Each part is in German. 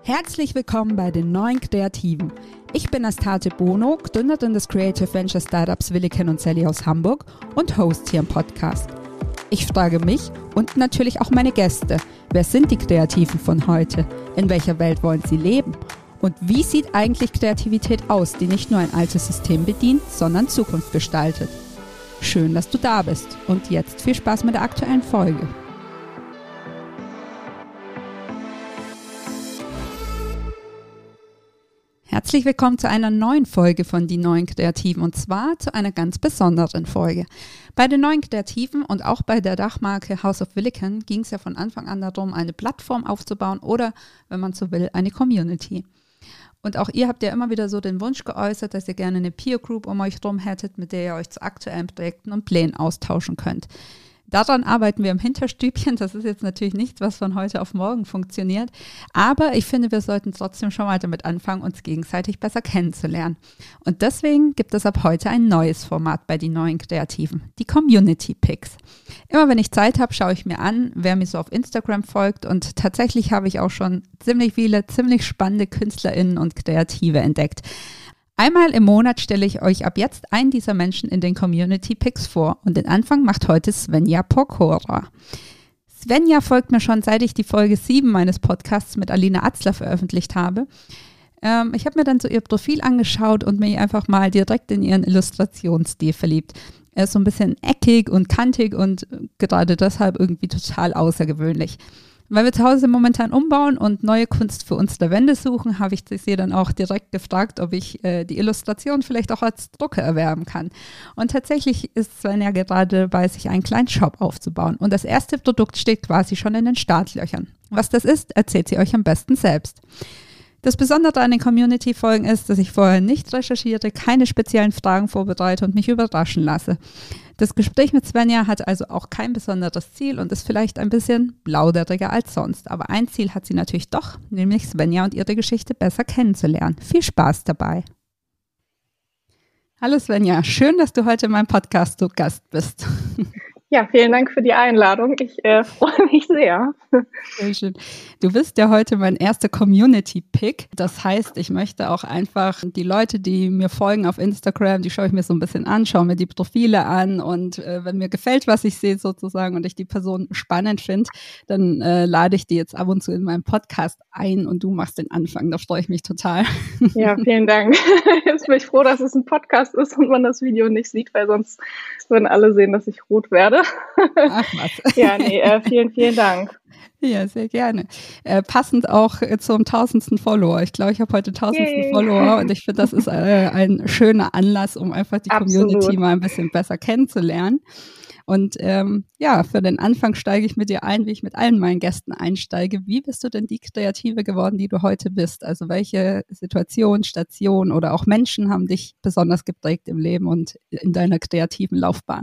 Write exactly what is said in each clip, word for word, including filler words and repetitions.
Herzlich willkommen bei den neuen Kreativen. Ich bin Astarte Bono, Gründerin des Creative Venture Startups Williken und Sally aus Hamburg und Host hier im Podcast. Ich frage mich und natürlich auch meine Gäste, wer sind die Kreativen von heute? In welcher Welt wollen sie leben? Und wie sieht eigentlich Kreativität aus, die nicht nur ein altes System bedient, sondern Zukunft gestaltet? Schön, dass du da bist und jetzt viel Spaß mit der aktuellen Folge. Herzlich willkommen zu einer neuen Folge von Die Neuen Kreativen und zwar zu einer ganz besonderen Folge. Bei den Neuen Kreativen und auch bei der Dachmarke House of Williken ging es ja von Anfang an darum, eine Plattform aufzubauen oder, wenn man so will, eine Community. Und auch ihr habt ja immer wieder so den Wunsch geäußert, dass ihr gerne eine Peer Group um euch rum hättet, mit der ihr euch zu aktuellen Projekten und Plänen austauschen könnt. Daran arbeiten wir im Hinterstübchen. Das ist jetzt natürlich nichts, was von heute auf morgen funktioniert. Aber ich finde, wir sollten trotzdem schon mal damit anfangen, uns gegenseitig besser kennenzulernen. Und deswegen gibt es ab heute ein neues Format bei den neuen Kreativen, die Community Picks. Immer wenn ich Zeit habe, schaue ich mir an, wer mir so auf Instagram folgt. Und tatsächlich habe ich auch schon ziemlich viele, ziemlich spannende KünstlerInnen und Kreative entdeckt. Einmal im Monat stelle ich euch ab jetzt einen dieser Menschen in den Community Picks vor und den Anfang macht heute Svenja Pokora. Svenja folgt mir schon, seit ich die Folge sieben meines Podcasts mit Alina Atzler veröffentlicht habe. Ähm, ich habe mir dann so ihr Profil angeschaut und mich einfach mal direkt in ihren Illustrationsstil verliebt. Er ist so ein bisschen eckig und kantig und gerade deshalb irgendwie total außergewöhnlich. Weil wir zu Hause momentan umbauen und neue Kunst für unsere Wände suchen, habe ich sie dann auch direkt gefragt, ob ich äh, die Illustration vielleicht auch als Drucker erwerben kann. Und tatsächlich ist Svenja gerade dabei, sich einen kleinen Shop aufzubauen. Und das erste Produkt steht quasi schon in den Startlöchern. Was das ist, erzählt sie euch am besten selbst. Das Besondere an den Community-Folgen ist, dass ich vorher nicht recherchiere, keine speziellen Fragen vorbereite und mich überraschen lasse. Das Gespräch mit Svenja hat also auch kein besonderes Ziel und ist vielleicht ein bisschen plauderiger als sonst. Aber ein Ziel hat sie natürlich doch, nämlich Svenja und ihre Geschichte besser kennenzulernen. Viel Spaß dabei. Hallo Svenja, schön, dass du heute in meinem Podcast zu Gast bist. Ja, vielen Dank für die Einladung. Ich äh, freue mich sehr. Sehr schön. Du bist ja heute mein erster Community-Pick. Das heißt, ich möchte auch einfach die Leute, die mir folgen auf Instagram, die schaue ich mir so ein bisschen an, schaue mir die Profile an und äh, wenn mir gefällt, was ich sehe sozusagen und ich die Person spannend finde, dann äh, lade ich die jetzt ab und zu in meinen Podcast ein und du machst den Anfang. Da freue ich mich total. Ja, vielen Dank. Jetzt bin ich froh, dass es ein Podcast ist und man das Video nicht sieht, weil sonst würden alle sehen, dass ich rot werde. Ach was. Ja, nee, äh, vielen, vielen Dank. Ja, sehr gerne. Äh, passend auch äh, zum tausendsten Follower. Ich glaube, ich habe heute tausendsten Yay. Follower und ich finde, das ist äh, ein schöner Anlass, um einfach die Absolut. Community mal ein bisschen besser kennenzulernen. Und ähm, ja, für den Anfang steige ich mit dir ein, wie ich mit allen meinen Gästen einsteige. Wie bist du denn die Kreative geworden, die du heute bist? Also welche Situation, Station oder auch Menschen haben dich besonders geprägt im Leben und in deiner kreativen Laufbahn?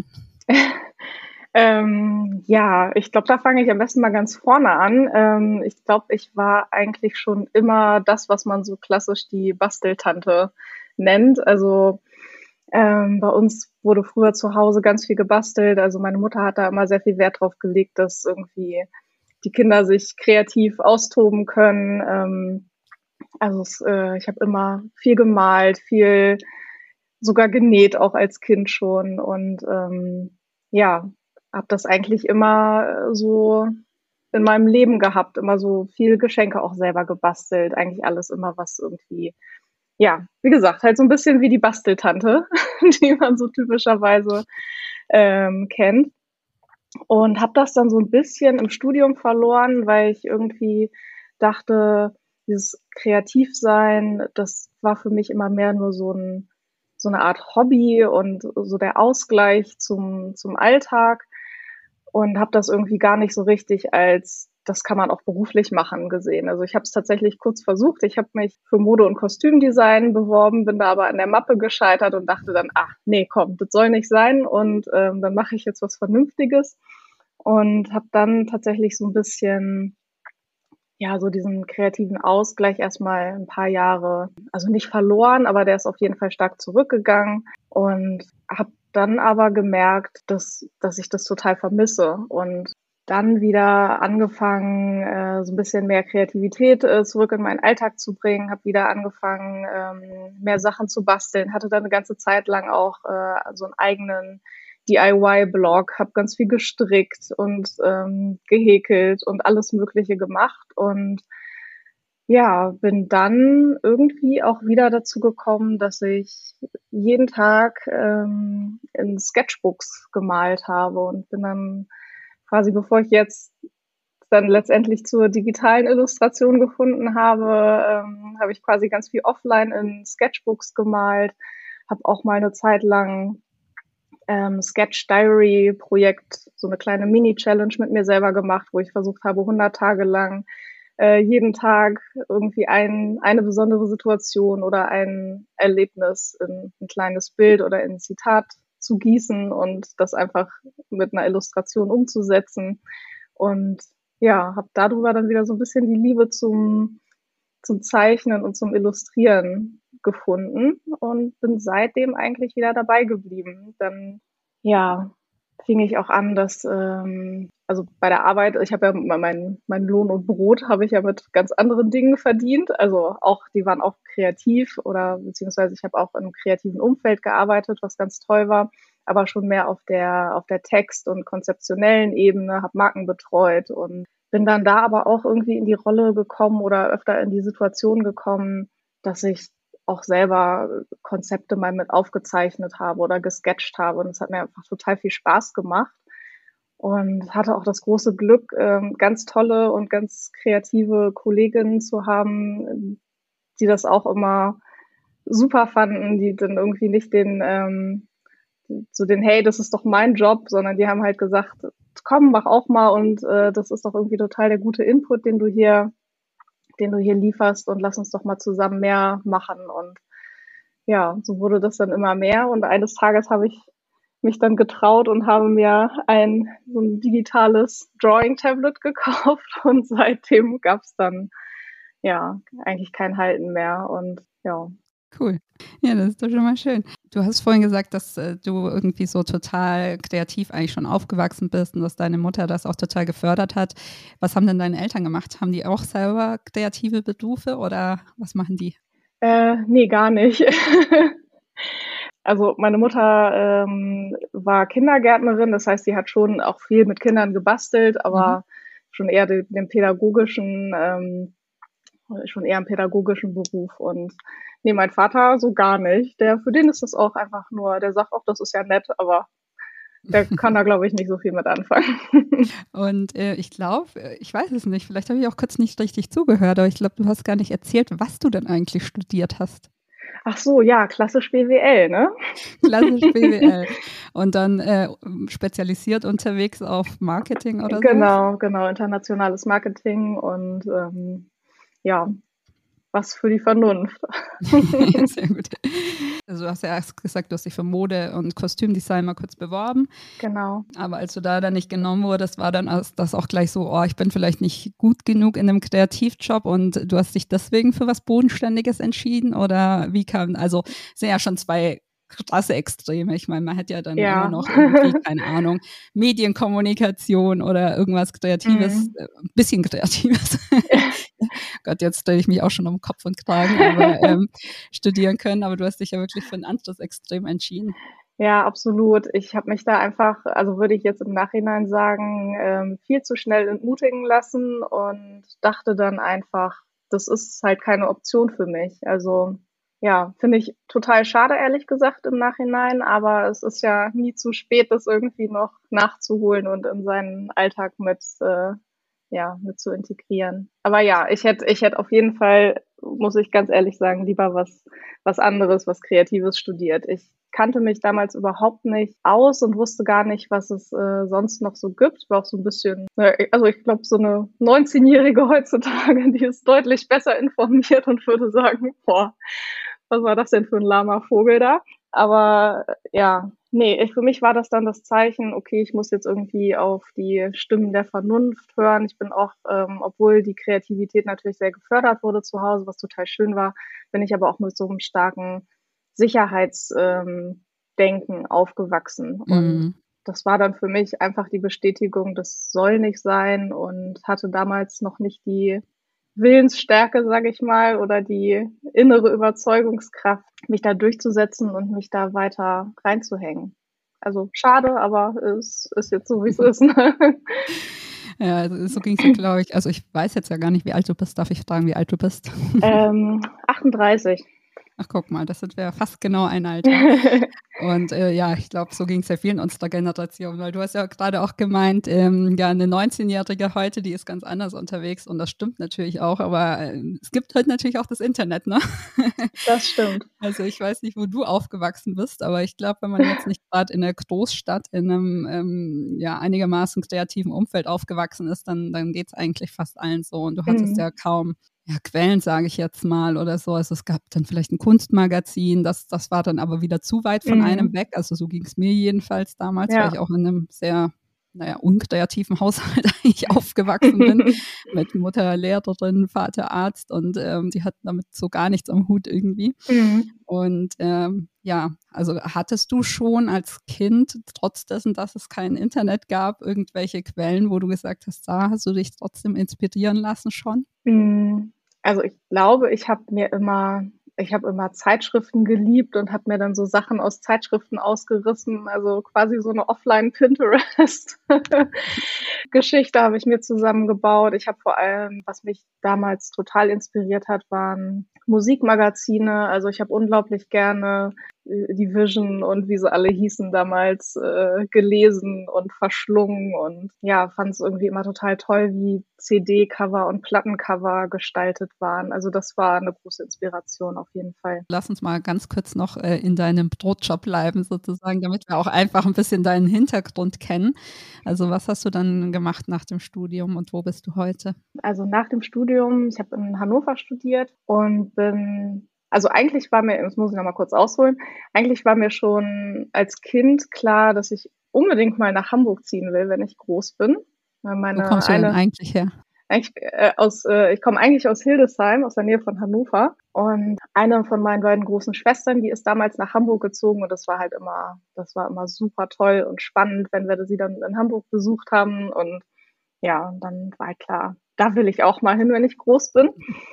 Ähm, ja, ich glaube, da fange ich am besten mal ganz vorne an. Ähm, ich glaube, ich war eigentlich schon immer das, was man so klassisch die Basteltante nennt. Also ähm, bei uns wurde früher zu Hause ganz viel gebastelt. Also meine Mutter hat da immer sehr viel Wert drauf gelegt, dass irgendwie die Kinder sich kreativ austoben können. Ähm, also es, äh, ich habe immer viel gemalt, viel sogar genäht, auch als Kind schon. Und ähm, ja, habe das eigentlich immer so in meinem Leben gehabt, immer so viele Geschenke auch selber gebastelt, eigentlich alles immer, was irgendwie, ja, wie gesagt, halt so ein bisschen wie die Basteltante, die man so typischerweise ähm, kennt. Und habe das dann so ein bisschen im Studium verloren, weil ich irgendwie dachte, dieses Kreativsein, das war für mich immer mehr nur so ein so eine Art Hobby und so der Ausgleich zum zum Alltag. Und habe das irgendwie gar nicht so richtig als, das kann man auch beruflich machen, gesehen. Also ich habe es tatsächlich kurz versucht. Ich habe mich für Mode- und Kostümdesign beworben, bin da aber an der Mappe gescheitert und dachte dann, ach nee, komm, das soll nicht sein. Und ähm, dann mache ich jetzt was Vernünftiges. Und habe dann tatsächlich so ein bisschen, ja, so diesen kreativen Ausgleich erstmal ein paar Jahre, also nicht verloren, aber der ist auf jeden Fall stark zurückgegangen. Und habe dann aber gemerkt, dass, dass ich das total vermisse und dann wieder angefangen, äh, so ein bisschen mehr Kreativität äh, zurück in meinen Alltag zu bringen, habe wieder angefangen, ähm, mehr Sachen zu basteln, hatte dann eine ganze Zeit lang auch äh, so einen eigenen D I Y-Blog, habe ganz viel gestrickt und ähm, gehäkelt und alles Mögliche gemacht und ja, bin dann irgendwie auch wieder dazu gekommen, dass ich jeden Tag ähm, in Sketchbooks gemalt habe und bin dann quasi, bevor ich jetzt dann letztendlich zur digitalen Illustration gefunden habe, ähm, habe ich quasi ganz viel offline in Sketchbooks gemalt, habe auch mal eine Zeit lang ähm, Sketch Diary Projekt, so eine kleine Mini-Challenge mit mir selber gemacht, wo ich versucht habe, hundert Tage lang äh, jeden Tag irgendwie ein, eine besondere Situation oder ein Erlebnis in ein kleines Bild oder in ein Zitat zu gießen und das einfach mit einer Illustration umzusetzen. Und ja, habe darüber dann wieder so ein bisschen die Liebe zum, zum Zeichnen und zum Illustrieren gefunden und bin seitdem eigentlich wieder dabei geblieben. Dann, ja, fing ich auch an, dass, ähm, also bei der Arbeit, ich habe ja mein, mein Lohn und Brot habe ich ja mit ganz anderen Dingen verdient. Also auch, die waren auch kreativ oder beziehungsweise ich habe auch im kreativen Umfeld gearbeitet, was ganz toll war, aber schon mehr auf der, auf der Text- und konzeptionellen Ebene, habe Marken betreut und bin dann da aber auch irgendwie in die Rolle gekommen oder öfter in die Situation gekommen, dass ich auch selber Konzepte mal mit aufgezeichnet habe oder gesketcht habe. Und es hat mir einfach total viel Spaß gemacht und hatte auch das große Glück, ähm, ganz tolle und ganz kreative Kolleginnen zu haben, die das auch immer super fanden, die dann irgendwie nicht den, ähm, so den, hey, das ist doch mein Job, sondern die haben halt gesagt, komm, mach auch mal und äh, das ist doch irgendwie total der gute Input, den du hier, den du hier lieferst und lass uns doch mal zusammen mehr machen. Und ja, so wurde das dann immer mehr und eines Tages habe ich mich dann getraut und habe mir ein so ein digitales Drawing-Tablet gekauft und seitdem gab es dann ja eigentlich kein Halten mehr und ja. Cool. Ja, das ist doch schon mal schön. Du hast vorhin gesagt, dass äh, du irgendwie so total kreativ eigentlich schon aufgewachsen bist und dass deine Mutter das auch total gefördert hat. Was haben denn deine Eltern gemacht? Haben die auch selber kreative Berufe oder was machen die? Äh, nee, gar nicht. Also meine Mutter ähm, war Kindergärtnerin, das heißt, sie hat schon auch viel mit Kindern gebastelt, aber Mhm. schon eher den, den pädagogischen, ähm, schon eher einen pädagogischen Beruf. Und nee, mein Vater so gar nicht. Der, für den ist das auch einfach nur, der sagt auch, das ist ja nett, aber der kann da, glaube ich, nicht so viel mit anfangen. Und äh, ich glaube, ich weiß es nicht, vielleicht habe ich auch kurz nicht richtig zugehört, aber ich glaube, du hast gar nicht erzählt, was du denn eigentlich studiert hast. Ach so, ja, klassisch B W L, ne? Klassisch B W L. Und dann äh, spezialisiert unterwegs auf Marketing oder so? Genau, genau, internationales Marketing und ähm, ja, was für die Vernunft. Sehr gut. Also du hast ja erst gesagt, du hast dich für Mode und Kostümdesign mal kurz beworben. Genau. Aber als du da dann nicht genommen wurdest, war dann das auch gleich so, oh, ich bin vielleicht nicht gut genug in einem Kreativjob und du hast dich deswegen für was Bodenständiges entschieden? Oder wie kam, also es sind ja schon zwei krasse Extreme. Ich meine, man hätte ja dann immer Ja. noch irgendwie, keine Ahnung, Medienkommunikation oder irgendwas Kreatives, Mhm. äh, ein bisschen Kreatives. Gott, jetzt stelle ich mich auch schon um Kopf und Kragen, aber ähm, studieren können. Aber du hast dich ja wirklich für ein anderes Extrem entschieden. Ja, absolut. Ich habe mich da einfach, also würde ich jetzt im Nachhinein sagen, ähm, viel zu schnell entmutigen lassen und dachte dann einfach, das ist halt keine Option für mich. Also ja, finde ich total schade, ehrlich gesagt, im Nachhinein, aber es ist ja nie zu spät, das irgendwie noch nachzuholen und in seinen Alltag mit, äh, ja, mit zu integrieren. Aber ja, ich hätte, ich hätte auf jeden Fall, muss ich ganz ehrlich sagen, lieber was, was anderes, was Kreatives studiert. Ich kannte mich damals überhaupt nicht aus und wusste gar nicht, was es äh, sonst noch so gibt. War auch so ein bisschen, äh, also ich glaube, so eine neunzehnjährige heutzutage, die ist deutlich besser informiert und würde sagen, boah, was war das denn für ein lahmer Vogel da? Aber äh, ja, nee, ich, für mich war das dann das Zeichen, okay, ich muss jetzt irgendwie auf die Stimmen der Vernunft hören. Ich bin auch, ähm, obwohl die Kreativität natürlich sehr gefördert wurde zu Hause, was total schön war, bin ich aber auch mit so einem starken Sicherheitsdenken ähm, Denken aufgewachsen. Und Mhm. das war dann für mich einfach die Bestätigung, das soll nicht sein, und hatte damals noch nicht die Willensstärke, sage ich mal, oder die innere Überzeugungskraft, mich da durchzusetzen und mich da weiter reinzuhängen. Also schade, aber es ist jetzt so, wie es ist. Ne? Ja, also so ging es ja, glaube ich. Also ich weiß jetzt ja gar nicht, wie alt du bist. Darf ich fragen, wie alt du bist? Ähm, achtunddreißig. Ach, guck mal, das sind wir fast genau ein Alter. Und äh, ja, ich glaube, so ging es ja vielen unserer Generation, weil du hast ja gerade auch gemeint, ähm, ja, eine neunzehnjährige heute, die ist ganz anders unterwegs, und das stimmt natürlich auch, aber äh, es gibt halt natürlich auch das Internet, ne? Das stimmt. Also ich weiß nicht, wo du aufgewachsen bist, aber ich glaube, wenn man jetzt nicht gerade in einer Großstadt in einem ähm, ja, einigermaßen kreativen Umfeld aufgewachsen ist, dann, dann geht es eigentlich fast allen so, und du hattest Mhm. ja kaum ja, Quellen, sage ich jetzt mal, oder so. Also es gab dann vielleicht ein Kunstmagazin, das, das war dann aber wieder zu weit von einem Mhm. weg. Also so ging es mir jedenfalls damals, weil Ja. ich auch in einem sehr, naja, unkreativen Haushalt eigentlich aufgewachsen bin. Mit Mutter Lehrerin, Vater Arzt, und ähm, die hatten damit so gar nichts am Hut irgendwie. Mhm. Und ähm, ja, also hattest du schon als Kind, trotz dessen, dass es kein Internet gab, irgendwelche Quellen, wo du gesagt hast, da hast du dich trotzdem inspirieren lassen schon? Mhm. Also ich glaube, ich habe mir immer ich habe immer Zeitschriften geliebt und habe mir dann so Sachen aus Zeitschriften ausgerissen, also quasi so eine Offline-Pinterest-Geschichte habe ich mir zusammengebaut. Ich habe vor allem, was mich damals total inspiriert hat, waren Musikmagazine. Also ich habe unglaublich gerne äh, die Vision und wie sie alle hießen damals äh, gelesen und verschlungen, und ja, fand es irgendwie immer total toll, wie C D-Cover und Plattencover gestaltet waren. Also das war eine große Inspiration auf jeden Fall. Lass uns mal ganz kurz noch äh, in deinem Brotjob bleiben sozusagen, damit wir auch einfach ein bisschen deinen Hintergrund kennen. Also was hast du dann gemacht nach dem Studium und wo bist du heute? Also nach dem Studium, ich habe in Hannover studiert und bin, also eigentlich war mir, das muss ich noch mal kurz ausholen, eigentlich war mir schon als Kind klar, dass ich unbedingt mal nach Hamburg ziehen will, wenn ich groß bin. Weil Wo meine kommst du denn eine eigentlich her? Eigentlich äh, aus, äh, ich komme eigentlich aus Hildesheim, aus der Nähe von Hannover. Und eine von meinen beiden großen Schwestern, die ist damals nach Hamburg gezogen, und das war halt immer, das war immer super toll und spannend, wenn wir sie dann in Hamburg besucht haben. Und ja, und dann war halt klar, da will ich auch mal hin, wenn ich groß bin.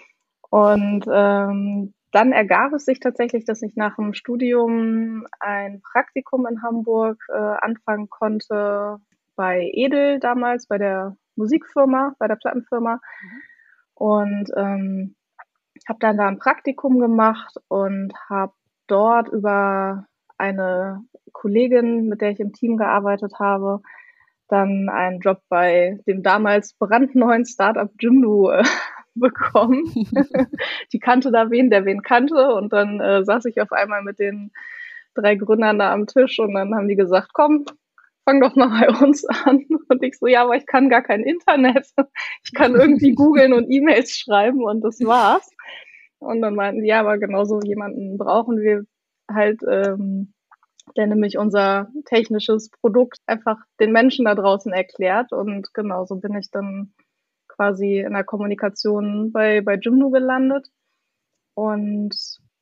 Und ähm, dann ergab es sich tatsächlich, dass ich nach dem Studium ein Praktikum in Hamburg äh, anfangen konnte bei Edel damals, bei der Musikfirma, bei der Plattenfirma. Und ähm, habe dann da ein Praktikum gemacht und habe dort über eine Kollegin, mit der ich im Team gearbeitet habe, dann einen Job bei dem damals brandneuen Startup Jimdo äh, bekommen. Die kannte da wen, der wen kannte, und dann äh, saß ich auf einmal mit den drei Gründern da am Tisch, und dann haben die gesagt, komm, fang doch mal bei uns an. Und ich so, ja, aber ich kann gar kein Internet. Ich kann irgendwie googeln und E-Mails schreiben, und das war's. Und dann meinten die, ja, aber genauso jemanden brauchen wir halt, ähm, der nämlich unser technisches Produkt einfach den Menschen da draußen erklärt. Und genau so bin ich dann quasi in der Kommunikation bei, bei Jimdo gelandet. Und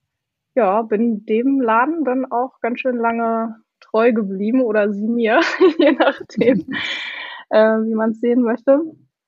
ja, bin dem Laden dann auch ganz schön lange treu geblieben, oder sie mir, je nachdem, äh, wie man es sehen möchte.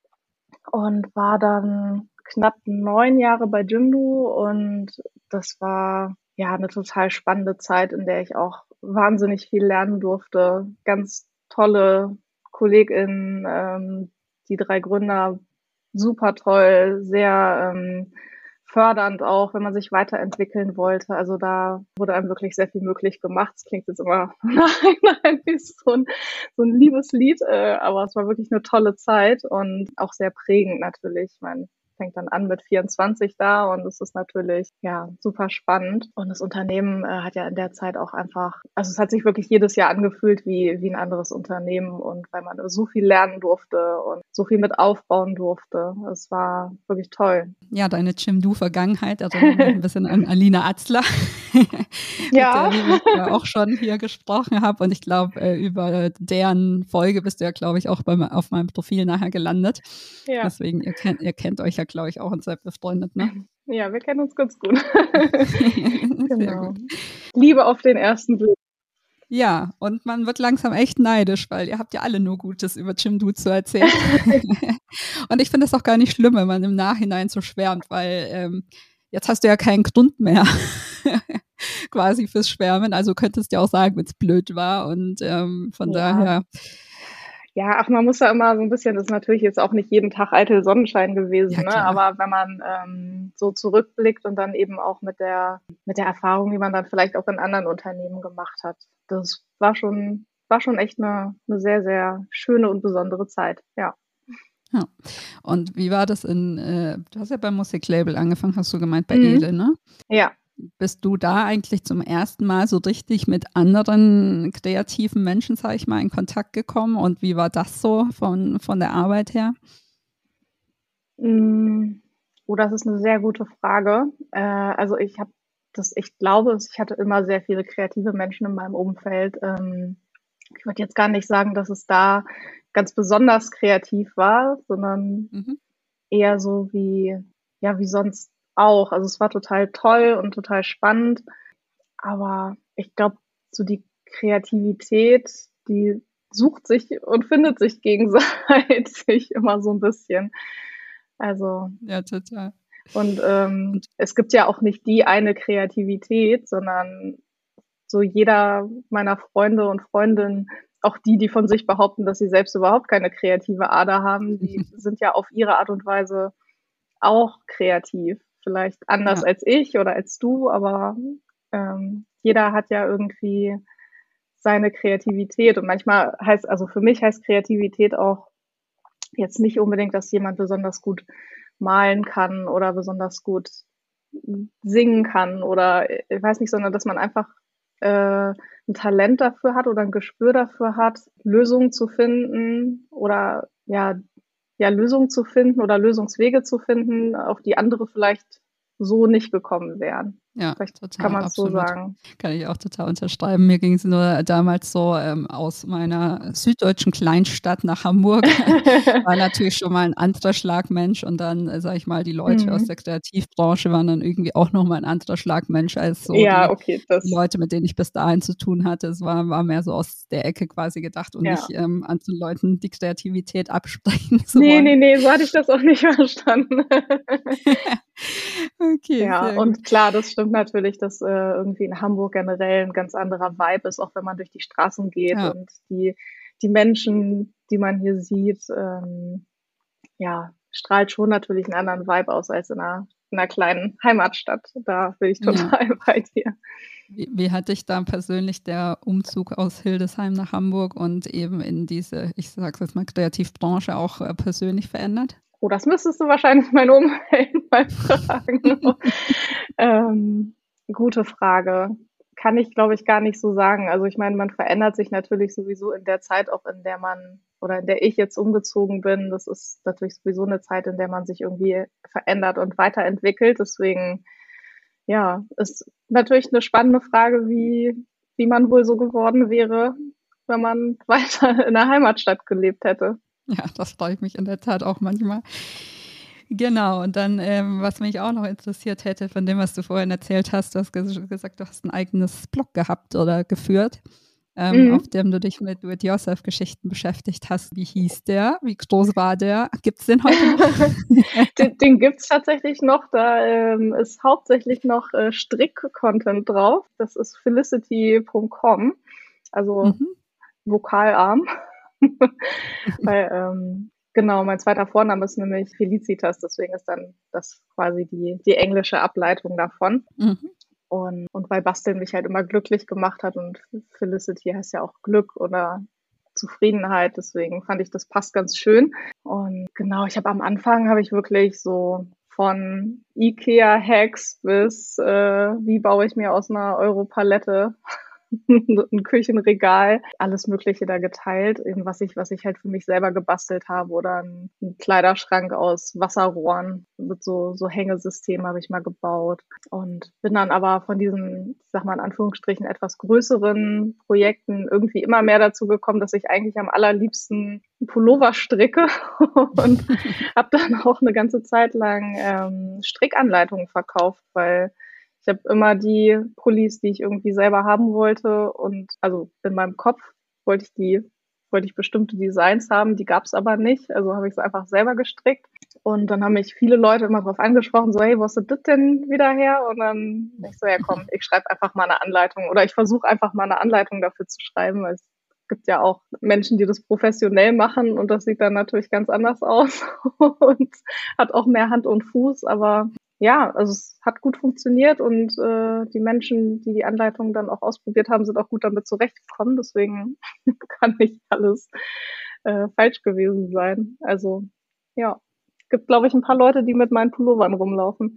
Und war dann knapp neun Jahre bei Jimdo, und das war ja eine total spannende Zeit, in der ich auch wahnsinnig viel lernen durfte. Ganz tolle KollegInnen, ähm, die drei Gründer, super toll, sehr ähm, fördernd auch, wenn man sich weiterentwickeln wollte. Also da wurde einem wirklich sehr viel möglich gemacht. Es klingt jetzt immer nein, wie so ein, so ein Liebeslied, äh, aber es war wirklich eine tolle Zeit und auch sehr prägend natürlich. Ich meine, fängt dann an mit vierundzwanzig da, und es ist natürlich ja super spannend. Und das Unternehmen äh, hat ja in der Zeit auch einfach, also es hat sich wirklich jedes Jahr angefühlt wie wie ein anderes Unternehmen, und weil man so viel lernen durfte und so viel mit aufbauen durfte. Es war wirklich toll. Ja, deine Jimdo-Vergangenheit erinnert mich ein bisschen an Alina Atzler, Ja. mit der ich ja auch schon hier gesprochen habe. Und ich glaube, äh, über deren Folge bist du ja, glaube ich, auch bei, auf meinem Profil nachher gelandet. Ja. Deswegen, ihr kennt, ihr kennt euch ja, glaube ich, auch und seid befreundet, ne? Ja, wir kennen uns ganz gut. Sehr Genau. gut. Liebe auf den ersten Blick. Ja, und man wird langsam echt neidisch, weil ihr habt ja alle nur Gutes über Chengdu zu erzählen. Und ich finde es auch gar nicht schlimm, wenn man im Nachhinein so schwärmt, weil ähm, jetzt hast du ja keinen Grund mehr quasi fürs Schwärmen. Also könntest du ja auch sagen, wenn es blöd war. Und ähm, von Ja. daher. Ja, ach, man muss ja immer so ein bisschen, das ist natürlich jetzt auch nicht jeden Tag eitel Sonnenschein gewesen, Ja, ne? klar. Aber wenn man ähm, so zurückblickt und dann eben auch mit der mit der Erfahrung, die man dann vielleicht auch in anderen Unternehmen gemacht hat, das war schon war schon echt eine, eine sehr, sehr schöne und besondere Zeit, ja. Ja. Und wie war das in, äh, du hast ja beim Musiklabel angefangen, hast du gemeint, bei Mhm. Ele, ne? Ja. Bist du da eigentlich zum ersten Mal so richtig mit anderen kreativen Menschen, sag ich mal, in Kontakt gekommen? Und wie war das so von, von der Arbeit her? Mm, Oh, das ist eine sehr gute Frage. Äh, also ich habe das, ich glaube, ich hatte immer sehr viele kreative Menschen in meinem Umfeld. Ähm, ich würde jetzt gar nicht sagen, dass es da ganz besonders kreativ war, sondern Mhm. eher so wie, ja, wie sonst auch. Also es war total toll und total spannend. Aber ich glaube, so die Kreativität, die sucht sich und findet sich gegenseitig immer so ein bisschen. Also, Ja, total. und ähm, Und es gibt ja auch nicht die eine Kreativität, sondern so jeder meiner Freunde und Freundinnen, auch die, die von sich behaupten, dass sie selbst überhaupt keine kreative Ader haben, die sind ja auf ihre Art und Weise auch kreativ. Vielleicht anders ja, als ich oder als du, aber ähm, jeder hat ja irgendwie seine Kreativität. Und manchmal heißt, also für mich heißt Kreativität auch jetzt nicht unbedingt, dass jemand besonders gut malen kann oder besonders gut singen kann oder ich weiß nicht, sondern dass man einfach äh, ein Talent dafür hat oder ein Gespür dafür hat, Lösungen zu finden oder ja, ja, Lösungen zu finden oder Lösungswege zu finden, auf die andere vielleicht so nicht gekommen wären. ja, Vielleicht kann total, man es so absolut. sagen. Kann ich auch total unterschreiben. Mir ging es nur damals so ähm, aus meiner süddeutschen Kleinstadt nach Hamburg. War natürlich schon mal ein anderer Schlagmensch und dann, äh, sage ich mal, die Leute aus Mhm. der Kreativbranche waren dann irgendwie auch noch mal ein anderer Schlagmensch als so Ja, die, okay, die das, Leute, mit denen ich bis dahin zu tun hatte. Es war, war mehr so aus der Ecke quasi gedacht und nicht ja. ähm, anderen Leuten die Kreativität absprechen zu Nee, wollen. nee, nee, so hatte ich das auch nicht verstanden. Okay, Ja, sehr gut. und klar, das stimmt natürlich, dass äh, irgendwie in Hamburg generell ein ganz anderer Vibe ist, auch wenn man durch die Straßen geht Ja. und die, die Menschen, die man hier sieht, ähm, ja, strahlt schon natürlich einen anderen Vibe aus als in einer, in einer kleinen Heimatstadt. Da bin ich Ja. total bei dir. Wie, wie hat dich da persönlich der Umzug aus Hildesheim nach Hamburg und eben in diese, ich sage jetzt mal, Kreativbranche auch äh, persönlich verändert? Oh, das müsstest du wahrscheinlich mein Umfeld mal fragen. ähm, Gute Frage. Kann ich, glaube ich, gar nicht so sagen. Also ich meine, man verändert sich natürlich sowieso in der Zeit, auch in der man oder in der ich jetzt umgezogen bin. Das ist natürlich sowieso eine Zeit, in der man sich irgendwie verändert und weiterentwickelt. Deswegen, ja, ist natürlich eine spannende Frage, wie, wie man wohl so geworden wäre, wenn man weiter in der Heimatstadt gelebt hätte. Ja, das freue ich mich in der Tat auch manchmal. Genau, und dann, ähm, was mich auch noch interessiert hätte, von dem, was du vorhin erzählt hast, du hast ges gesagt, du hast ein eigenes Blog gehabt oder geführt, ähm, auf Mhm. dem du dich mit Do-it-yourself-Geschichten beschäftigt hast. Wie hieß der? Wie groß war der? Gibt es den heute noch? Den, den gibt's tatsächlich noch. Da ähm, ist hauptsächlich noch äh, Strick-Content drauf. Das ist felicity punkt com, also Mhm. vokalarm. Weil, ähm, genau, mein zweiter Vorname ist nämlich Felicitas, deswegen ist dann das quasi die, die englische Ableitung davon. Mhm. Und, und weil Basteln mich halt immer glücklich gemacht hat und Felicity heißt ja auch Glück oder Zufriedenheit, deswegen fand ich, das passt ganz schön. Und genau, ich habe am Anfang habe ich wirklich so von IKEA-Hacks bis äh, wie baue ich mir aus einer Europalette ein Küchenregal, alles Mögliche da geteilt, eben was ich, was ich halt für mich selber gebastelt habe oder ein, ein Kleiderschrank aus Wasserrohren mit so, so Hängesystem habe ich mal gebaut und bin dann aber von diesen, ich sag mal in Anführungsstrichen, etwas größeren Projekten irgendwie immer mehr dazu gekommen, dass ich eigentlich am allerliebsten Pullover stricke und habe dann auch eine ganze Zeit lang ähm, Strickanleitungen verkauft, weil Ich habe immer die Pullis, die ich irgendwie selber haben wollte und also in meinem Kopf wollte ich die, wollte ich bestimmte Designs haben, die gab es aber nicht, also habe ich es einfach selber gestrickt und dann haben mich viele Leute immer drauf angesprochen, so hey, wo hast du das denn wieder her? Und dann ich so, ja komm, ich schreibe einfach mal eine Anleitung oder ich versuche einfach mal eine Anleitung dafür zu schreiben, weil es gibt ja auch Menschen, die das professionell machen und das sieht dann natürlich ganz anders aus und hat auch mehr Hand und Fuß, aber ja, also es hat gut funktioniert und äh, die Menschen, die die Anleitung dann auch ausprobiert haben, sind auch gut damit zurechtgekommen. Deswegen kann nicht alles äh, falsch gewesen sein. Also ja, es gibt, glaube ich, ein paar Leute, die mit meinen Pullovern rumlaufen.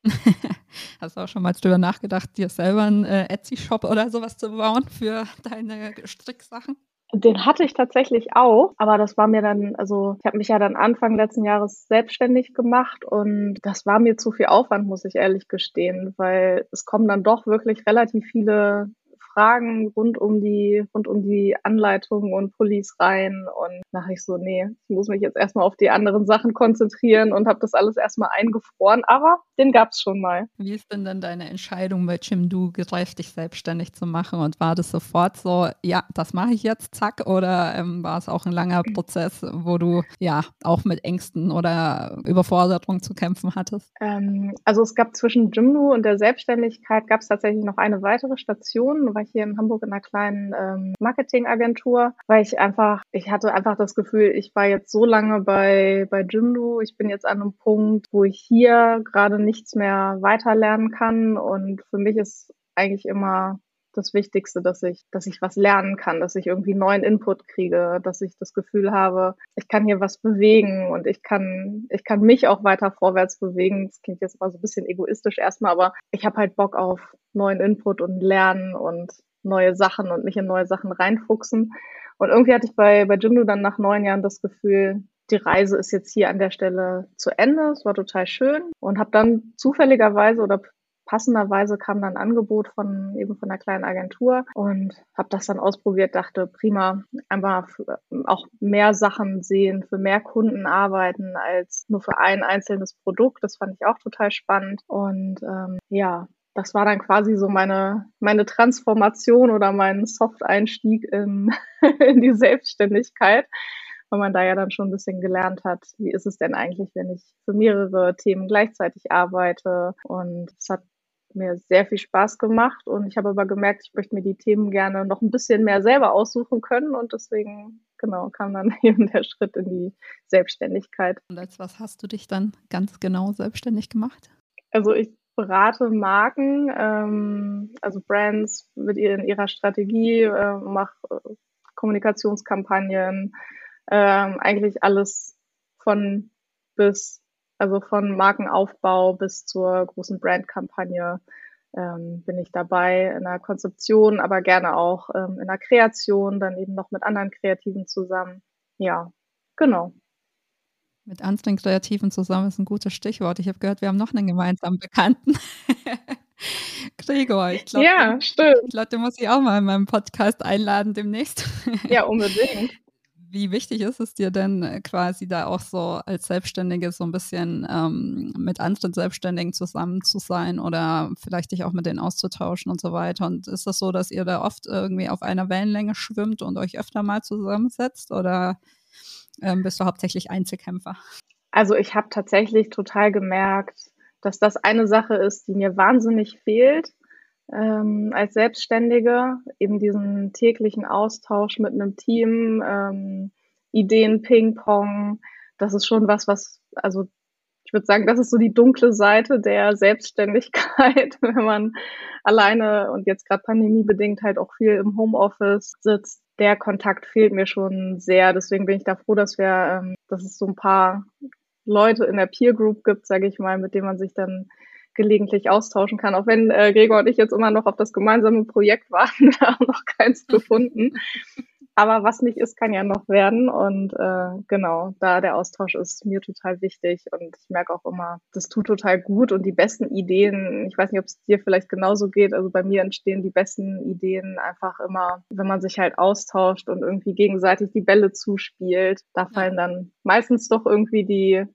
Hast du auch schon mal drüber nachgedacht, dir selber einen äh, Etsy-Shop oder sowas zu bauen für deine Stricksachen? Den hatte ich tatsächlich auch, aber das war mir dann, also ich habe mich ja dann Anfang letzten Jahres selbstständig gemacht und das war mir zu viel Aufwand, muss ich ehrlich gestehen, weil es kommen dann doch wirklich relativ viele Fragen rund um die, rund um die Anleitungen und Pullis rein und dachte ich so, nee, ich muss mich jetzt erstmal auf die anderen Sachen konzentrieren und habe das alles erstmal eingefroren, aber den gab's schon mal. Wie ist denn dann deine Entscheidung bei Jimdo gereift, dich selbstständig zu machen und war das sofort so, ja, das mache ich jetzt, zack, oder ähm, war es auch ein langer Prozess, wo du ja auch mit Ängsten oder Überforderung zu kämpfen hattest? Ähm, also es gab zwischen Jimdo und der Selbstständigkeit gab es tatsächlich noch eine weitere Station, da war ich hier in Hamburg in einer kleinen ähm, Marketingagentur, weil ich einfach, ich hatte einfach das Gefühl, ich war jetzt so lange bei, bei Jimdo, ich bin jetzt an einem Punkt, wo ich hier gerade nichts mehr weiterlernen kann und für mich ist eigentlich immer das Wichtigste, dass ich, dass ich was lernen kann, dass ich irgendwie neuen Input kriege, dass ich das Gefühl habe, ich kann hier was bewegen und ich kann, ich kann mich auch weiter vorwärts bewegen. Das klingt jetzt mal so ein bisschen egoistisch erstmal, aber ich habe halt Bock auf neuen Input und Lernen und neue Sachen und mich in neue Sachen reinfuchsen. Und irgendwie hatte ich bei, bei Jimdo dann nach neun Jahren das Gefühl, die Reise ist jetzt hier an der Stelle zu Ende. Es war total schön und habe dann zufälligerweise oder passenderweise kam dann ein Angebot von eben von einer kleinen Agentur und habe das dann ausprobiert, dachte, prima, einfach auch mehr Sachen sehen, für mehr Kunden arbeiten als nur für ein einzelnes Produkt. Das fand ich auch total spannend und ähm, ja, das war dann quasi so meine meine Transformation oder mein Soft-Einstieg in, in die Selbstständigkeit, weil man da ja dann schon ein bisschen gelernt hat, wie ist es denn eigentlich, wenn ich für mehrere Themen gleichzeitig arbeite. Und es hat mir sehr viel Spaß gemacht und ich habe aber gemerkt, ich möchte mir die Themen gerne noch ein bisschen mehr selber aussuchen können und deswegen, genau, kam dann eben der Schritt in die Selbstständigkeit. Und als was hast du dich dann ganz genau selbstständig gemacht? Also ich berate Marken, ähm, also Brands mit ihr in ihrer Strategie, äh, mache äh, Kommunikationskampagnen, ähm, eigentlich alles von bis, also von Markenaufbau bis zur großen Brandkampagne ähm, bin ich dabei in der Konzeption, aber gerne auch ähm, in der Kreation, dann eben noch mit anderen Kreativen zusammen. Ja, genau. Mit anderen Kreativen zusammen ist ein gutes Stichwort. Ich habe gehört, wir haben noch einen gemeinsamen Bekannten. Gregor, ich glaube, Ja, den, stimmt. ich glaub, den muss ich auch mal in meinem Podcast einladen demnächst. Ja, unbedingt. Wie wichtig ist es dir denn äh, quasi da auch so als Selbstständige so ein bisschen ähm, mit anderen Selbstständigen zusammen zu sein oder vielleicht dich auch mit denen auszutauschen und so weiter? Und ist das so, dass ihr da oft irgendwie auf einer Wellenlänge schwimmt und euch öfter mal zusammensetzt oder ähm, bist du hauptsächlich Einzelkämpfer? Also ich habe tatsächlich total gemerkt, dass das eine Sache ist, die mir wahnsinnig fehlt ähm, als Selbstständige, eben diesen täglichen Austausch mit einem Team, ähm, Ideen, Ping-Pong. Das ist schon was, was, also ich würde sagen, das ist so die dunkle Seite der Selbstständigkeit, wenn man alleine und jetzt gerade pandemiebedingt halt auch viel im Homeoffice sitzt. Der Kontakt fehlt mir schon sehr. Deswegen bin ich da froh, dass wir, ähm, dass es so ein paar Leute in der Peer Group gibt, sage ich mal, mit denen man sich dann gelegentlich austauschen kann. Auch wenn äh, Gregor und ich jetzt immer noch auf das gemeinsame Projekt warten, wir haben noch keins gefunden. Aber was nicht ist, kann ja noch werden. Und äh, genau, da der Austausch ist mir total wichtig. Und ich merke auch immer, das tut total gut. Und die besten Ideen, ich weiß nicht, ob es dir vielleicht genauso geht, also bei mir entstehen die besten Ideen einfach immer, wenn man sich halt austauscht und irgendwie gegenseitig die Bälle zuspielt. Da fallen dann meistens doch irgendwie die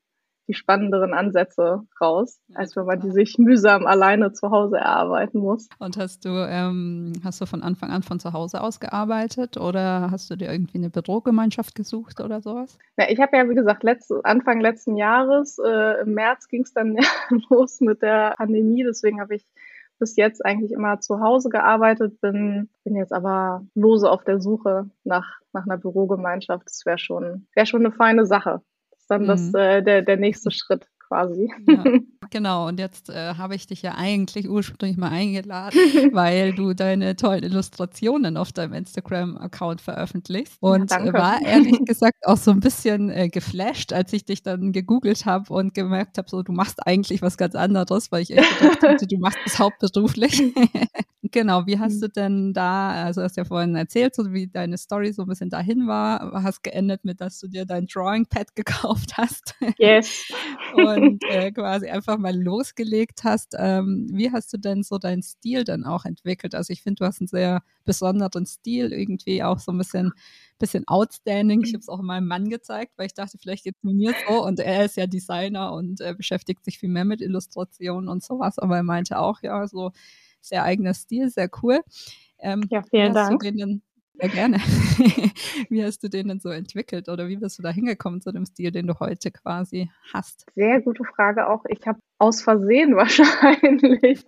die spannenderen Ansätze raus, Ja, als wenn man die total. sich mühsam alleine zu Hause erarbeiten muss. Und hast du, ähm, hast du von Anfang an von zu Hause aus gearbeitet oder hast du dir irgendwie eine Bürogemeinschaft gesucht oder sowas? Ja, ich habe ja, wie gesagt, letzt, Anfang letzten Jahres, äh, im März ging es dann los mit der Pandemie, deswegen habe ich bis jetzt eigentlich immer zu Hause gearbeitet, bin, bin jetzt aber lose auf der Suche nach, nach einer Bürogemeinschaft. Das wäre schon, wäre schon eine feine Sache. Das ist dann das, Mhm. äh, der, der nächste Schritt quasi. Ja, genau. Und jetzt äh, habe ich dich ja eigentlich ursprünglich mal eingeladen, weil du deine tollen Illustrationen auf deinem Instagram-Account veröffentlichst. Ja, Und äh, danke. war ehrlich gesagt auch so ein bisschen äh, geflasht, als ich dich dann gegoogelt habe und gemerkt habe, so du machst eigentlich was ganz anderes, weil ich echt gedacht hätte, du machst das hauptberuflich. Genau, wie hast du denn da, also hast ja vorhin erzählt, so wie deine Story so ein bisschen dahin war, hast geendet mit, dass du dir dein Drawing Pad gekauft hast. Yes. Und äh, quasi einfach mal losgelegt hast. Ähm, wie hast du denn so deinen Stil dann auch entwickelt? Also ich finde, du hast einen sehr besonderen Stil, irgendwie auch so ein bisschen, bisschen outstanding. Ich habe es auch meinem Mann gezeigt, weil ich dachte, vielleicht geht es mir so. Und er ist ja Designer und äh, beschäftigt sich viel mehr mit Illustrationen und sowas. Aber er meinte auch, ja, so sehr eigener Stil, sehr cool. Ähm, Ja, wie vielen hast du Dank. den denn, ja gerne, wie hast du den denn so entwickelt oder wie bist du da hingekommen zu dem Stil, den du heute quasi hast? Sehr gute Frage auch. Ich habe aus Versehen wahrscheinlich.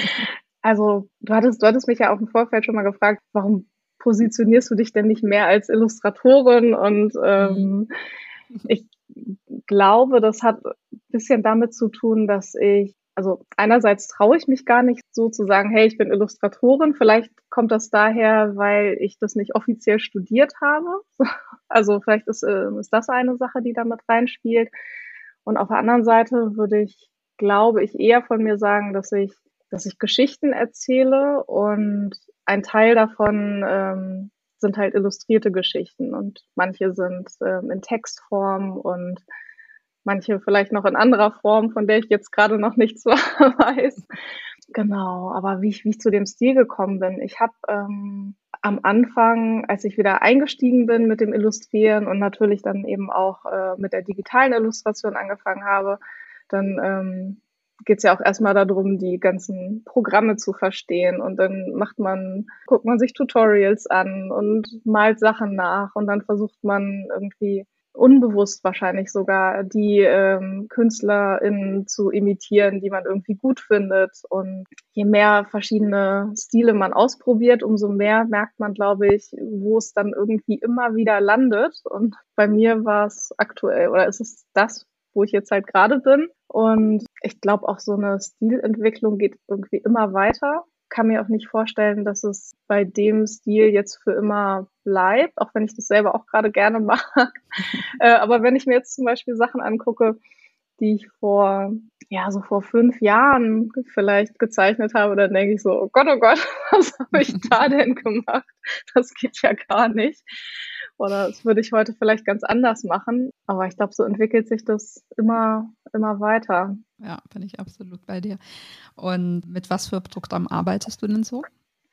Also du hattest, du hattest mich ja auch im Vorfeld schon mal gefragt, warum positionierst du dich denn nicht mehr als Illustratorin? Und Mhm. ähm, ich glaube, das hat ein bisschen damit zu tun, dass ich, also einerseits traue ich mich gar nicht so zu sagen, hey, ich bin Illustratorin. Vielleicht kommt das daher, weil ich das nicht offiziell studiert habe. Also vielleicht ist, äh, ist das eine Sache, die damit reinspielt. Und auf der anderen Seite würde ich, glaube ich, eher von mir sagen, dass ich, dass ich Geschichten erzähle und ein Teil davon ähm, sind halt illustrierte Geschichten und manche sind ähm, in Textform und manche vielleicht noch in anderer Form, von der ich jetzt gerade noch nichts weiß. Genau, aber wie ich, wie ich zu dem Stil gekommen bin, ich habe ähm, am Anfang, als ich wieder eingestiegen bin mit dem Illustrieren und natürlich dann eben auch äh, mit der digitalen Illustration angefangen habe, dann ähm, geht es ja auch erstmal darum, die ganzen Programme zu verstehen und dann macht man, guckt man sich Tutorials an und malt Sachen nach und dann versucht man irgendwie unbewusst wahrscheinlich sogar die ähm, KünstlerInnen zu imitieren, die man irgendwie gut findet. Und je mehr verschiedene Stile man ausprobiert, umso mehr merkt man, glaube ich, wo es dann irgendwie immer wieder landet. Und bei mir war es aktuell, oder ist es das, wo ich jetzt halt gerade bin. Und ich glaube, auch so eine Stilentwicklung geht irgendwie immer weiter. Kann mir auch nicht vorstellen, dass es bei dem Stil jetzt für immer bleibt, auch wenn ich das selber auch gerade gerne mag. äh, aber wenn ich mir jetzt zum Beispiel Sachen angucke, die ich vor, ja, so vor fünf Jahren vielleicht gezeichnet habe, dann denke ich so, oh Gott, oh Gott, was habe ich da denn gemacht? Das geht ja gar nicht. Oder das würde ich heute vielleicht ganz anders machen. Aber ich glaube, so entwickelt sich das immer, immer weiter. Ja, bin ich absolut bei dir. Und mit was für Programm arbeitest du denn so?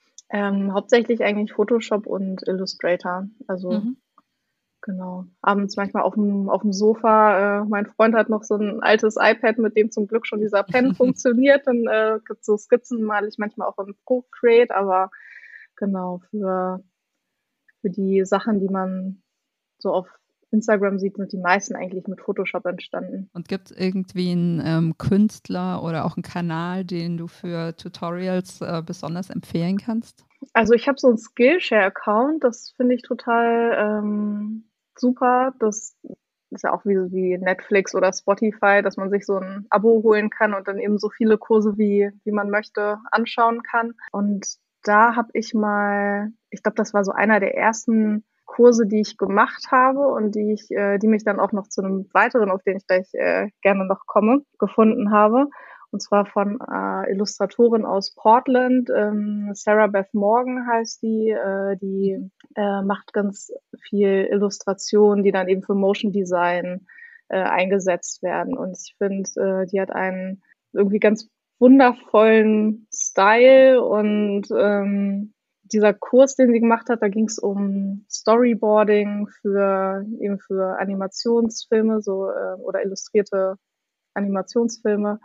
Ähm, hauptsächlich eigentlich Photoshop und Illustrator. Also Mhm. genau. Abends manchmal auf dem, auf dem Sofa. Äh, mein Freund hat noch so ein altes iPad, mit dem zum Glück schon dieser Pen funktioniert. Dann äh, gibt so Skizzen, male ich manchmal auch in Procreate, aber genau, für, für die Sachen, die man so auf Instagram sieht, sind die meisten eigentlich mit Photoshop entstanden. Und gibt es irgendwie einen ähm, Künstler oder auch einen Kanal, den du für Tutorials äh, besonders empfehlen kannst? Also ich habe so einen Skillshare-Account, das finde ich total ähm, super. Das ist ja auch wie, wie Netflix oder Spotify, dass man sich so ein Abo holen kann und dann eben so viele Kurse, wie, wie man möchte, anschauen kann. Und da habe ich mal, ich glaube, das war so einer der ersten Kurse, die ich gemacht habe und die ich, äh, die mich dann auch noch zu einem weiteren, auf den ich gleich äh, gerne noch komme, gefunden habe. Und zwar von äh, Illustratorin aus Portland, ähm, Sarah Beth Morgan heißt die, äh, die äh, macht ganz viel Illustration, die dann eben für Motion Design äh, eingesetzt werden. Und ich finde, äh, die hat einen irgendwie ganz wundervollen Style und ähm, dieser Kurs, den sie gemacht hat, da ging es um Storyboarding für eben für Animationsfilme so äh, oder illustrierte Animationsfilme.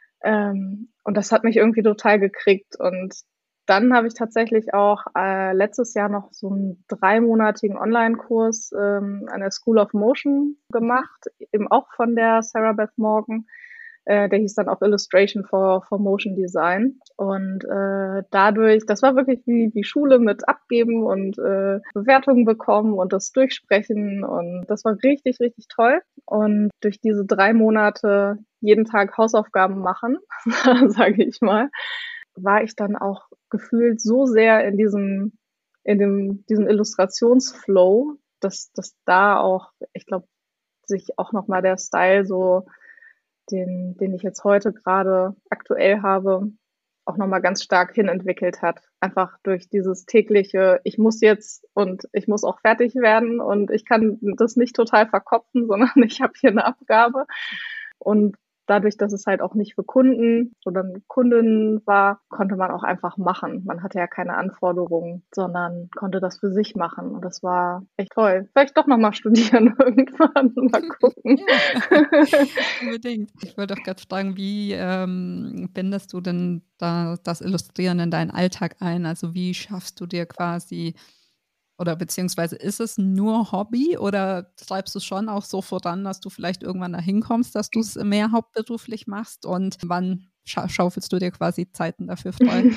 Ähm, und das hat mich irgendwie total gekriegt. Und dann habe ich tatsächlich auch äh, letztes Jahr noch so einen dreimonatigen Online-Kurs ähm, an der School of Motion gemacht, eben auch von der Sarah Beth Morgan. Äh, der hieß dann auch Illustration for, for Motion Design. Und äh, dadurch, das war wirklich wie, wie Schule mit Abgeben und äh, Bewertungen bekommen und das Durchsprechen. Und das war richtig, richtig toll. Und durch diese drei Monate jeden Tag Hausaufgaben machen, sage ich mal, war ich dann auch gefühlt so sehr in diesem, in dem, diesem Illustrationsflow, dass, dass da auch, ich glaube, sich auch nochmal der Style so, den, den ich jetzt heute gerade aktuell habe, auch nochmal ganz stark hinentwickelt hat. Einfach durch dieses tägliche, ich muss jetzt und ich muss auch fertig werden und ich kann das nicht total verkopfen, sondern ich habe hier eine Abgabe. Und dadurch, dass es halt auch nicht für Kunden oder Kundinnen war, konnte man auch einfach machen. Man hatte ja keine Anforderungen, sondern konnte das für sich machen. Und das war echt toll. Vielleicht doch nochmal studieren irgendwann, mal gucken. Ja, unbedingt. Ich wollte auch gerade fragen, wie ähm, bindest du denn da das Illustrieren in deinen Alltag ein? Also wie schaffst du dir quasi, oder beziehungsweise ist es nur Hobby oder treibst du es schon auch so voran, dass du vielleicht irgendwann dahin kommst, dass du es mehr hauptberuflich machst? Und wann scha schaufelst du dir quasi Zeiten dafür frei?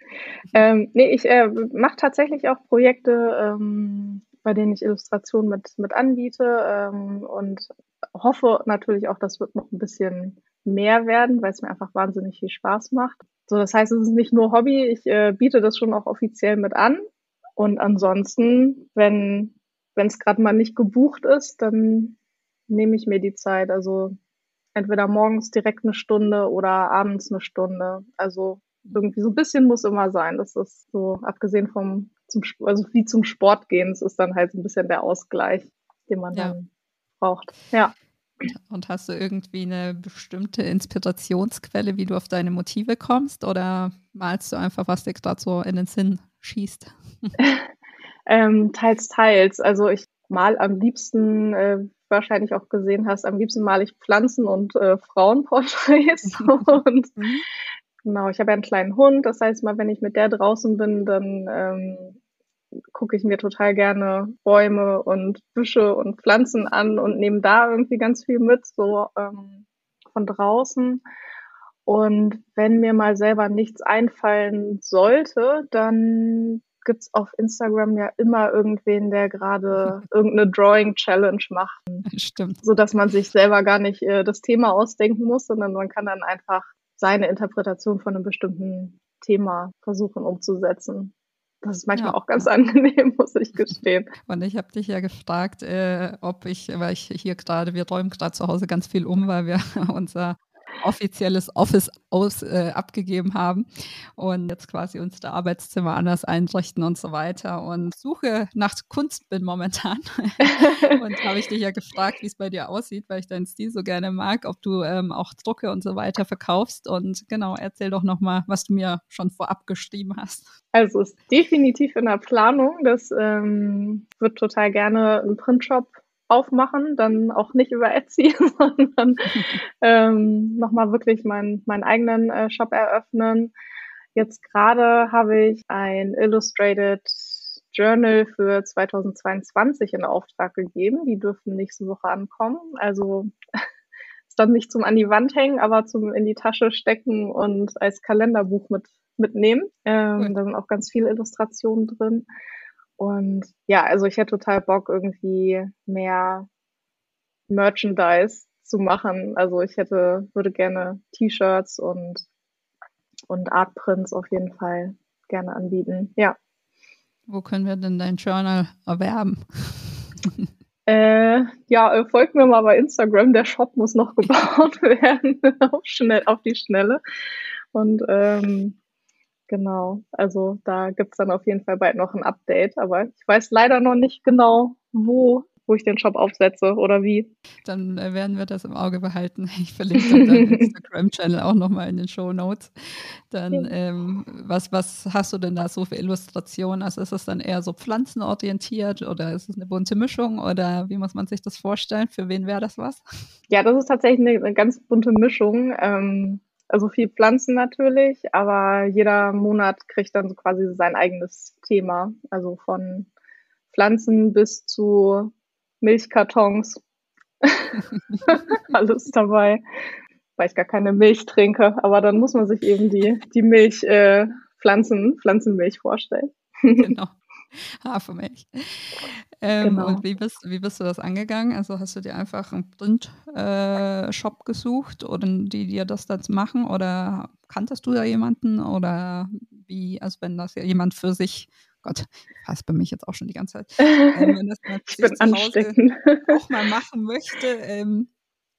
ähm, nee, ich äh, mache tatsächlich auch Projekte, ähm, bei denen ich Illustrationen mit, mit anbiete ähm, und hoffe natürlich auch, das wird noch ein bisschen mehr werden, weil es mir einfach wahnsinnig viel Spaß macht. So, das heißt, es ist nicht nur Hobby, ich äh, biete das schon auch offiziell mit an. Und ansonsten, wenn wenn es gerade mal nicht gebucht ist, dann nehme ich mir die Zeit. Also entweder morgens direkt eine Stunde oder abends eine Stunde. Also irgendwie so ein bisschen muss immer sein. Das ist so, abgesehen vom, zum, also wie zum Sport gehen, es ist dann halt so ein bisschen der Ausgleich, den man Ja. dann braucht. Ja. Und, und hast du irgendwie eine bestimmte Inspirationsquelle, wie du auf deine Motive kommst, oder malst du einfach, was dir gerade so in den Sinn schießt? Ähm, teils, teils. Also ich mal am liebsten, äh, wahrscheinlich auch gesehen hast, am liebsten male ich Pflanzen und äh, Frauenporträts. Und Mhm. genau, ich habe ja einen kleinen Hund. Das heißt mal, wenn ich mit der draußen bin, dann ähm, gucke ich mir total gerne Bäume und Büsche und Pflanzen an und nehme da irgendwie ganz viel mit, so ähm, von draußen. Und wenn mir mal selber nichts einfallen sollte, dann gibt's auf Instagram ja immer irgendwen, der gerade irgendeine Drawing-Challenge macht, Stimmt. so dass man sich selber gar nicht äh, das Thema ausdenken muss, sondern man kann dann einfach seine Interpretation von einem bestimmten Thema versuchen umzusetzen. Das ist manchmal Ja, auch ganz ja. angenehm, muss ich gestehen. Und ich habe dich ja gefragt, äh, ob ich, weil ich hier gerade, wir räumen gerade zu Hause ganz viel um, weil wir unser offizielles Office aus, äh, abgegeben haben und jetzt quasi unsere Arbeitszimmer anders einrichten und so weiter und suche nach Kunst bin momentan. Und habe ich dich ja gefragt, wie es bei dir aussieht, weil ich deinen Stil so gerne mag, ob du ähm, auch Drucke und so weiter verkaufst. Und genau, erzähl doch nochmal, was du mir schon vorab geschrieben hast. Also ist definitiv in der Planung. Das ähm, wird total gerne einen Printshop aufmachen, dann auch nicht über Etsy, sondern ähm, nochmal wirklich meinen meinen eigenen äh, Shop eröffnen. Jetzt gerade habe ich ein Illustrated Journal für zweitausendzweiundzwanzig in Auftrag gegeben. Die dürfen nächste Woche ankommen. Also ist dann nicht zum an die Wand hängen, aber zum in die Tasche stecken und als Kalenderbuch mit mitnehmen. Ähm, Cool. da sind auch ganz viele Illustrationen drin. Und ja, also ich hätte total Bock, irgendwie mehr Merchandise zu machen. Also ich hätte, würde gerne T-Shirts und, und Artprints auf jeden Fall gerne anbieten. Ja. Wo können wir denn dein Journal erwerben? Äh, ja, äh, folgt mir mal bei Instagram. Der Shop muss noch gebaut werden auf, schnell, auf die Schnelle. Und ähm, genau, also da gibt's dann auf jeden Fall bald noch ein Update. Aber ich weiß leider noch nicht genau, wo wo ich den Shop aufsetze oder wie. Dann äh, werden wir das im Auge behalten. Ich verlinke dann deinen Instagram-Channel auch nochmal in den Shownotes. Dann, Ja. ähm, was, was hast du denn da so für Illustrationen? Also ist es dann eher so pflanzenorientiert oder ist es eine bunte Mischung oder wie muss man sich das vorstellen? Für wen wäre das was? Ja, das ist tatsächlich eine, eine ganz bunte Mischung. Ähm, also viel Pflanzen natürlich, aber jeder Monat kriegt dann so quasi sein eigenes Thema. Also von Pflanzen bis zu Milchkartons. Alles dabei, weil ich gar keine Milch trinke. Aber dann muss man sich eben die, die Milch, äh, Pflanzen, Pflanzenmilch vorstellen. Genau. Hafermilch. Ähm, Genau. Und wie bist, wie bist du das angegangen? Also hast du dir einfach einen Print-Shop gesucht oder die dir das dann machen oder kanntest du da jemanden oder wie, also wenn das ja jemand für sich, Gott, ich haspe mich jetzt auch schon die ganze Zeit, ähm, wenn das jemand für Ich sich bin zu Hause ansteckend. auch mal machen möchte, ähm,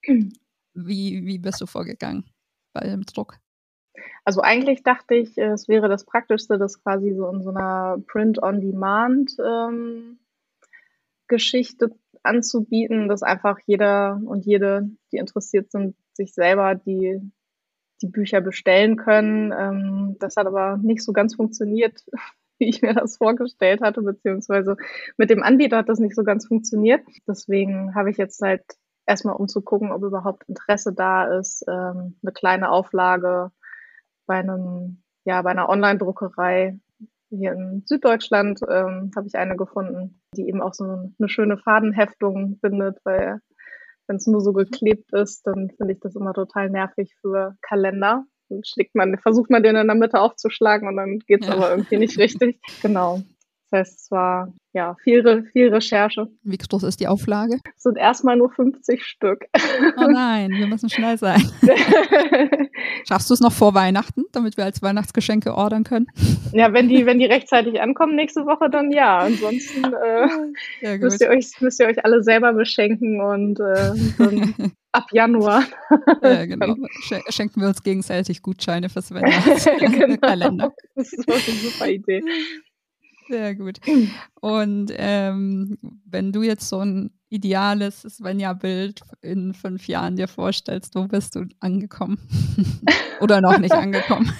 wie, wie bist du vorgegangen bei dem Druck? Also eigentlich dachte ich, äh, es wäre das Praktischste, das quasi so in so einer Print-on-Demand ähm, Geschichte anzubieten, dass einfach jeder und jede, die interessiert sind, sich selber die, die Bücher bestellen können. Ähm, das hat aber nicht so ganz funktioniert, wie ich mir das vorgestellt hatte, beziehungsweise mit dem Anbieter hat das nicht so ganz funktioniert. Deswegen habe ich jetzt halt erstmal, um zu gucken, ob überhaupt Interesse da ist, ähm, eine kleine Auflage bei einem, ja, bei einer Online-Druckerei hier in Süddeutschland ähm, habe ich eine gefunden, die eben auch so eine schöne Fadenheftung bindet, weil wenn es nur so geklebt ist, dann finde ich das immer total nervig für Kalender. Dann schlägt man, versucht man den in der Mitte aufzuschlagen und dann geht's Ja. aber irgendwie nicht richtig. Genau. Das heißt, es war ja viel, Re- viel Recherche. Wie groß ist die Auflage? Es sind erstmal nur fünfzig Stück. Oh nein, wir müssen schnell sein. Schaffst du es noch vor Weihnachten, damit wir als Weihnachtsgeschenke ordern können? Ja, wenn die, wenn die rechtzeitig ankommen nächste Woche, dann ja. Ansonsten äh, Sehr gut. müsst ihr euch, müsst ihr euch alle selber beschenken und äh, dann ab Januar. Ja, genau. Schen- Schenken wir uns gegenseitig Gutscheine fürs Weihnachtskalender. Genau. Das ist doch eine super Idee. Sehr gut. Und ähm, wenn du jetzt so ein ideales Svenja-Bild in fünf Jahren dir vorstellst, wo bist du angekommen? Oder noch nicht angekommen?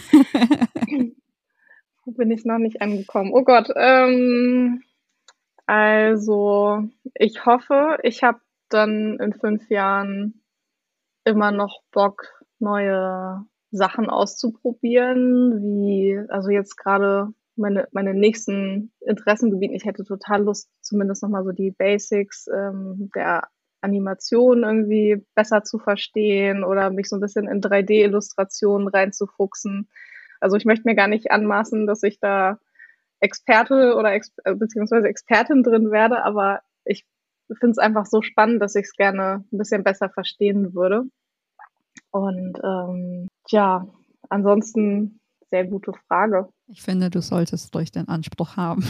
Wo bin ich noch nicht angekommen? Oh Gott. Ähm, also, ich hoffe, ich habe dann in fünf Jahren immer noch Bock, neue Sachen auszuprobieren, wie, also jetzt gerade meine, meine nächsten Interessengebiete. Ich hätte total Lust, zumindest nochmal so die Basics ähm, der Animation irgendwie besser zu verstehen oder mich so ein bisschen in drei D-Illustrationen reinzufuchsen. Also ich möchte mir gar nicht anmaßen, dass ich da Experte oder Ex äh, beziehungsweise Expertin drin werde, aber ich finde es einfach so spannend, dass ich es gerne ein bisschen besser verstehen würde. Und ähm, ja, ansonsten sehr gute Frage. Ich finde, du solltest ruhig den Anspruch haben.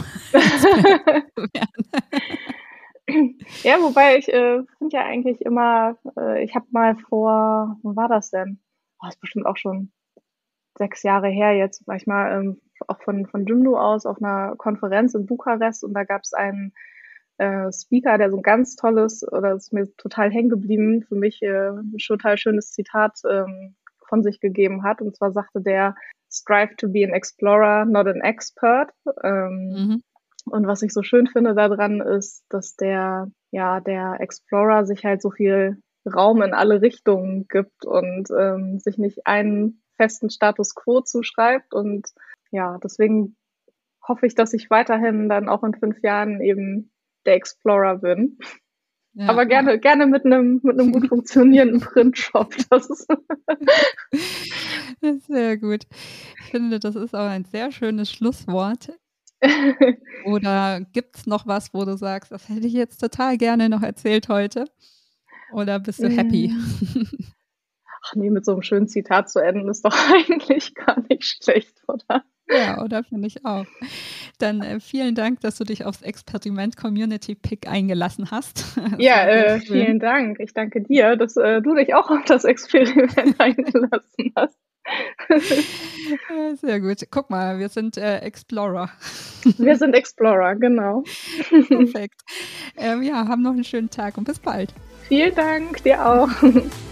Ja, wobei ich äh, finde ja eigentlich immer, äh, ich habe mal vor, wann war das denn? Oh, ist bestimmt auch schon sechs Jahre her jetzt, war ich mal ähm, auch von, von Jimdo aus auf einer Konferenz in Bukarest und da gab es einen äh, Speaker, der so ein ganz tolles, oder ist mir total hängen geblieben, für mich äh, ein total schönes Zitat ähm, von sich gegeben hat. Und zwar sagte der, strive to be an explorer, not an expert. Ähm, mhm. Und was ich so schön finde daran ist, dass der, ja, der Explorer sich halt so viel Raum in alle Richtungen gibt und ähm, sich nicht einen festen Status quo zuschreibt. Und ja, deswegen hoffe ich, dass ich weiterhin dann auch in fünf Jahren eben der Explorer bin. Ja, aber gerne, ja. gerne mit einem, mit einem gut funktionierenden Printshop. Das ist sehr gut. Ich finde, das ist auch ein sehr schönes Schlusswort. Oder gibt es noch was, wo du sagst, das hätte ich jetzt total gerne noch erzählt heute? Oder bist du happy? Ach nee, mit so einem schönen Zitat zu enden ist doch eigentlich gar nicht schlecht, oder? Ja, oder finde ich auch. Dann äh, vielen Dank, dass du dich aufs Experiment Community Pick eingelassen hast. Ja, äh, vielen Dank. Ich danke dir, dass äh, du dich auch auf das Experiment eingelassen hast. Sehr gut. Guck mal, wir sind äh, Explorer. Wir sind Explorer, genau. Perfekt. Ähm, ja, haben noch einen schönen Tag und bis bald. Vielen Dank, dir auch.